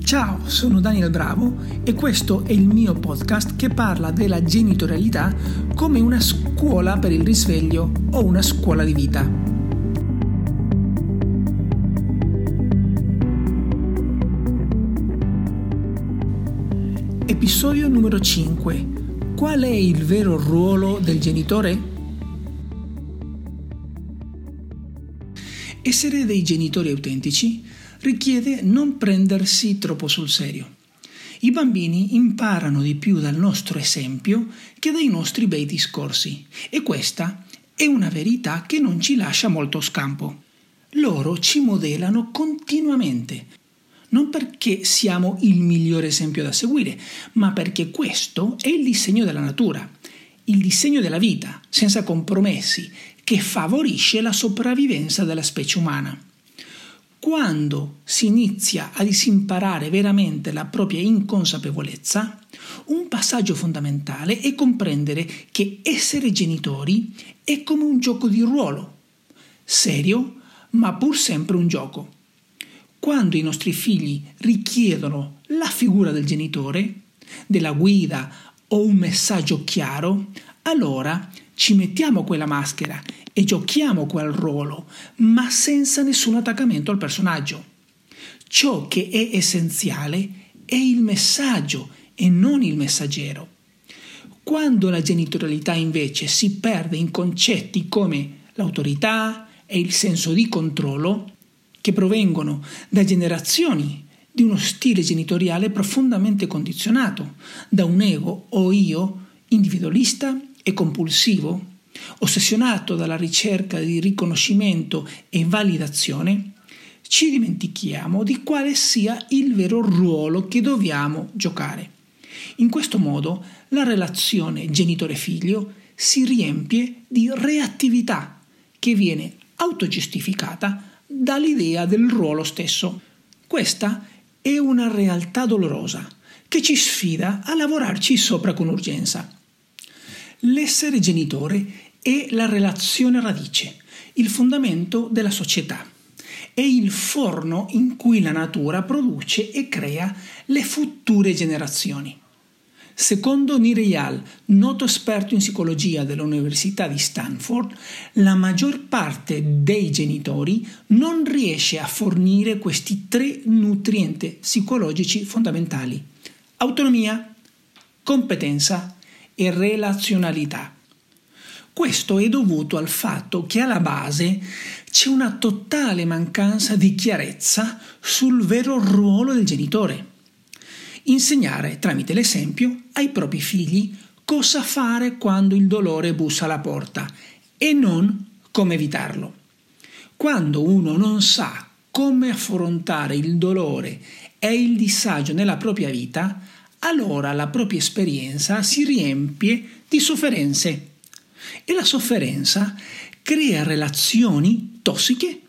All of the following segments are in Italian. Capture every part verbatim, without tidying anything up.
Ciao, sono Daniel Bravo e questo è il mio podcast che parla della genitorialità come una scuola per il risveglio o una scuola di vita. Episodio numero cinque. Qual è il vero ruolo del genitore? Essere dei genitori autentici richiede non prendersi troppo sul serio. I bambini imparano di più dal nostro esempio che dai nostri bei discorsi e questa è una verità che non ci lascia molto scampo. Loro ci modellano continuamente, non perché siamo il migliore esempio da seguire, ma perché questo è il disegno della natura, il disegno della vita, senza compromessi, che favorisce la sopravvivenza della specie umana. Quando si inizia a disimparare veramente la propria inconsapevolezza, un passaggio fondamentale è comprendere che essere genitori è come un gioco di ruolo, serio, ma pur sempre un gioco. Quando i nostri figli richiedono la figura del genitore, della guida o un messaggio chiaro, allora ci mettiamo quella maschera e giochiamo quel ruolo, ma senza nessun attaccamento al personaggio. Ciò che è essenziale è il messaggio e non il messaggero. Quando la genitorialità invece si perde in concetti come l'autorità e il senso di controllo, che provengono da generazioni di uno stile genitoriale profondamente condizionato da un ego o io individualista e compulsivo, ossessionato dalla ricerca di riconoscimento e validazione, ci dimentichiamo di quale sia il vero ruolo che dobbiamo giocare. In questo modo la relazione genitore-figlio si riempie di reattività che viene autogiustificata dall'idea del ruolo stesso. Questa è una realtà dolorosa che ci sfida a lavorarci sopra con urgenza. L'essere genitore è la relazione radice, il fondamento della società. È il forno in cui la natura produce e crea le future generazioni. Secondo Nir Eyal, noto esperto in psicologia dell'Università di Stanford, la maggior parte dei genitori non riesce a fornire questi tre nutrienti psicologici fondamentali: autonomia, competenza e relazionalità. Questo è dovuto al fatto che alla base c'è una totale mancanza di chiarezza sul vero ruolo del genitore. Insegnare tramite l'esempio ai propri figli cosa fare quando il dolore bussa alla porta e non come evitarlo. Quando uno non sa come affrontare il dolore e il disagio nella propria vita, allora la propria esperienza si riempie di sofferenze e la sofferenza crea relazioni tossiche,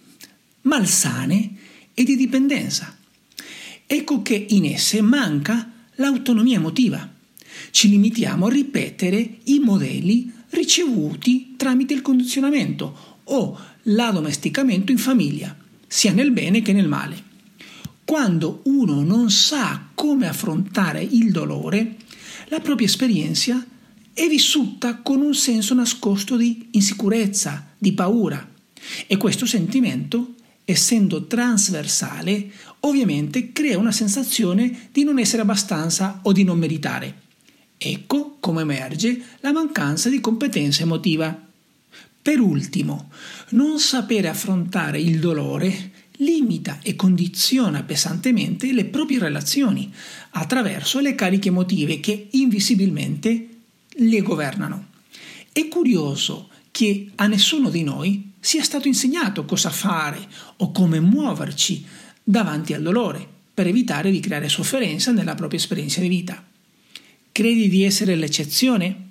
malsane e di dipendenza. Ecco che in esse manca l'autonomia emotiva. Ci limitiamo a ripetere i modelli ricevuti tramite il condizionamento o l'addomesticamento in famiglia, sia nel bene che nel male. Quando uno non sa come affrontare il dolore, la propria esperienza è vissuta con un senso nascosto di insicurezza, di paura. E questo sentimento, essendo trasversale, ovviamente crea una sensazione di non essere abbastanza o di non meritare. Ecco come emerge la mancanza di competenza emotiva. Per ultimo, non sapere affrontare il dolore limita e condiziona pesantemente le proprie relazioni attraverso le cariche emotive che invisibilmente le governano. È curioso che a nessuno di noi sia stato insegnato cosa fare o come muoverci davanti al dolore per evitare di creare sofferenza nella propria esperienza di vita. Credi di essere l'eccezione?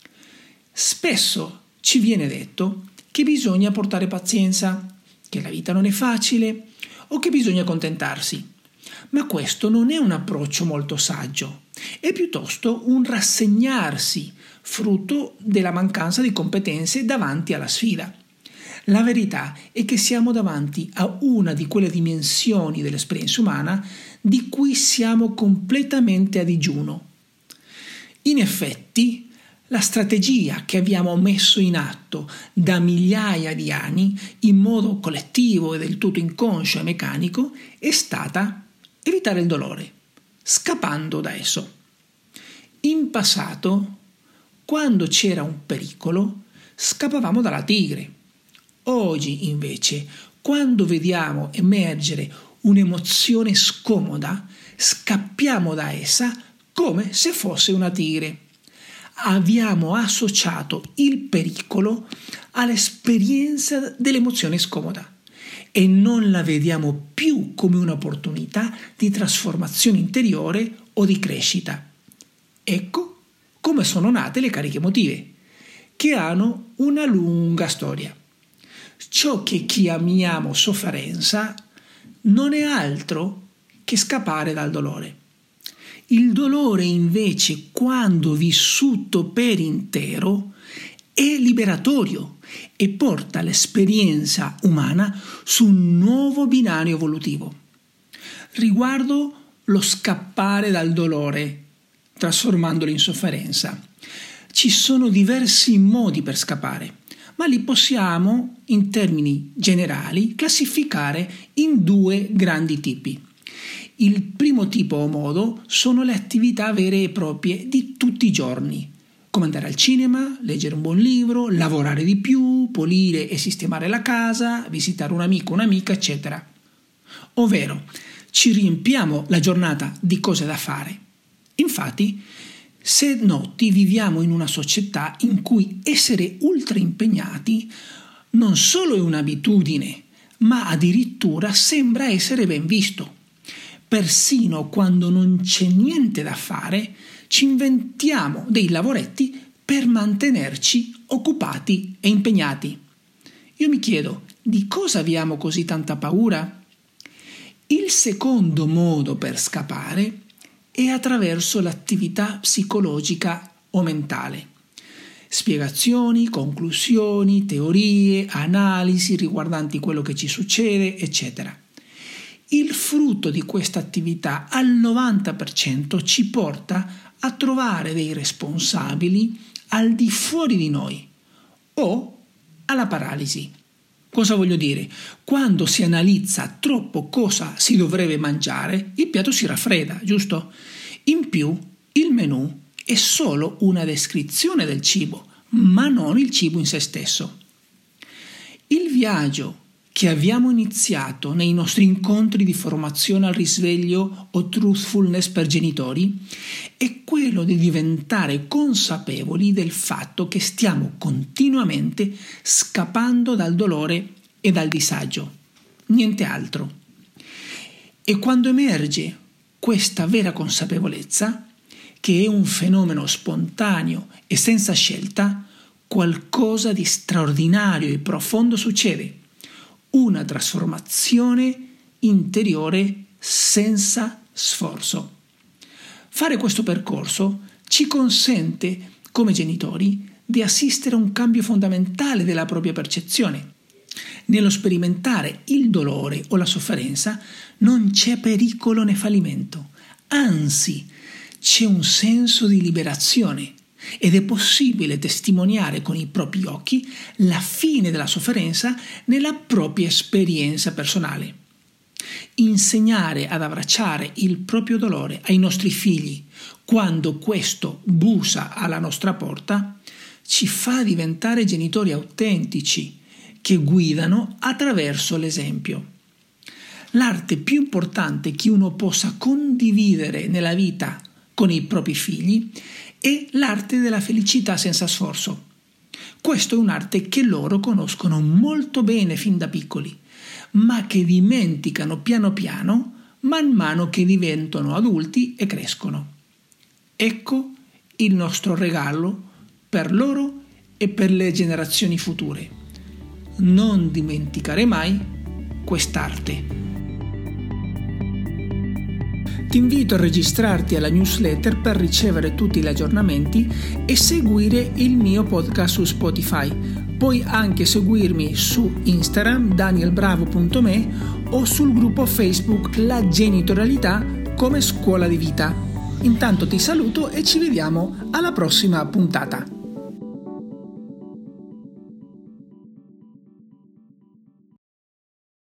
Spesso ci viene detto che bisogna portare pazienza, che la vita non è facile o che bisogna accontentarsi. Ma questo non è un approccio molto saggio, è piuttosto un rassegnarsi, frutto della mancanza di competenze davanti alla sfida. La verità è che siamo davanti a una di quelle dimensioni dell'esperienza umana di cui siamo completamente a digiuno. In effetti, la strategia che abbiamo messo in atto da migliaia di anni in modo collettivo e del tutto inconscio e meccanico è stata evitare il dolore, scappando da esso. In passato, quando c'era un pericolo, scappavamo dalla tigre. Oggi, invece, quando vediamo emergere un'emozione scomoda, scappiamo da essa come se fosse una tigre. Abbiamo associato il pericolo all'esperienza dell'emozione scomoda e non la vediamo più come un'opportunità di trasformazione interiore o di crescita. Ecco come sono nate le cariche emotive, che hanno una lunga storia. Ciò che chiamiamo sofferenza non è altro che scappare dal dolore. Il dolore invece, quando vissuto per intero, è liberatorio e porta l'esperienza umana su un nuovo binario evolutivo. Riguardo lo scappare dal dolore, trasformandolo in sofferenza, ci sono diversi modi per scappare, ma li possiamo, in termini generali, classificare in due grandi tipi. Il primo tipo o modo sono le attività vere e proprie di tutti i giorni, come andare al cinema, leggere un buon libro, lavorare di più, pulire e sistemare la casa, visitare un amico, un'amica, eccetera. Ovvero, ci riempiamo la giornata di cose da fare. Infatti, se noti, viviamo in una società in cui essere ultra impegnati non solo è un'abitudine, ma addirittura sembra essere ben visto. Persino quando non c'è niente da fare, ci inventiamo dei lavoretti per mantenerci occupati e impegnati. Io mi chiedo, di cosa abbiamo così tanta paura? Il secondo modo per scappare è attraverso l'attività psicologica o mentale. Spiegazioni, conclusioni, teorie, analisi riguardanti quello che ci succede, eccetera. Il frutto di questa attività al novanta per cento ci porta a trovare dei responsabili al di fuori di noi o alla paralisi. Cosa voglio dire? Quando si analizza troppo cosa si dovrebbe mangiare, il piatto si raffredda, giusto? In più, il menù è solo una descrizione del cibo, ma non il cibo in se stesso. Il viaggio che abbiamo iniziato nei nostri incontri di formazione al risveglio o truthfulness per genitori è quello di diventare consapevoli del fatto che stiamo continuamente scappando dal dolore e dal disagio, niente altro. E quando emerge questa vera consapevolezza, che è un fenomeno spontaneo e senza scelta, qualcosa di straordinario e profondo succede. Una trasformazione interiore senza sforzo. Fare questo percorso ci consente, come genitori, di assistere a un cambio fondamentale della propria percezione. Nello sperimentare il dolore o la sofferenza non c'è pericolo né fallimento, anzi c'è un senso di liberazione. Ed è possibile testimoniare con i propri occhi la fine della sofferenza nella propria esperienza personale. Insegnare ad abbracciare il proprio dolore ai nostri figli quando questo bussa alla nostra porta ci fa diventare genitori autentici che guidano attraverso l'esempio. L'arte più importante che uno possa condividere nella vita con i propri figli è l'arte della felicità senza sforzo. Questa è un'arte che loro conoscono molto bene fin da piccoli, ma che dimenticano piano piano man mano che diventano adulti e crescono. Ecco il nostro regalo per loro e per le generazioni future. Non dimenticare mai quest'arte. Ti invito a registrarti alla newsletter per ricevere tutti gli aggiornamenti e seguire il mio podcast su Spotify, Puoi anche seguirmi su Instagram danielbravo punto me o sul gruppo Facebook La Genitorialità come Scuola di Vita. Intanto ti saluto e ci vediamo alla prossima puntata.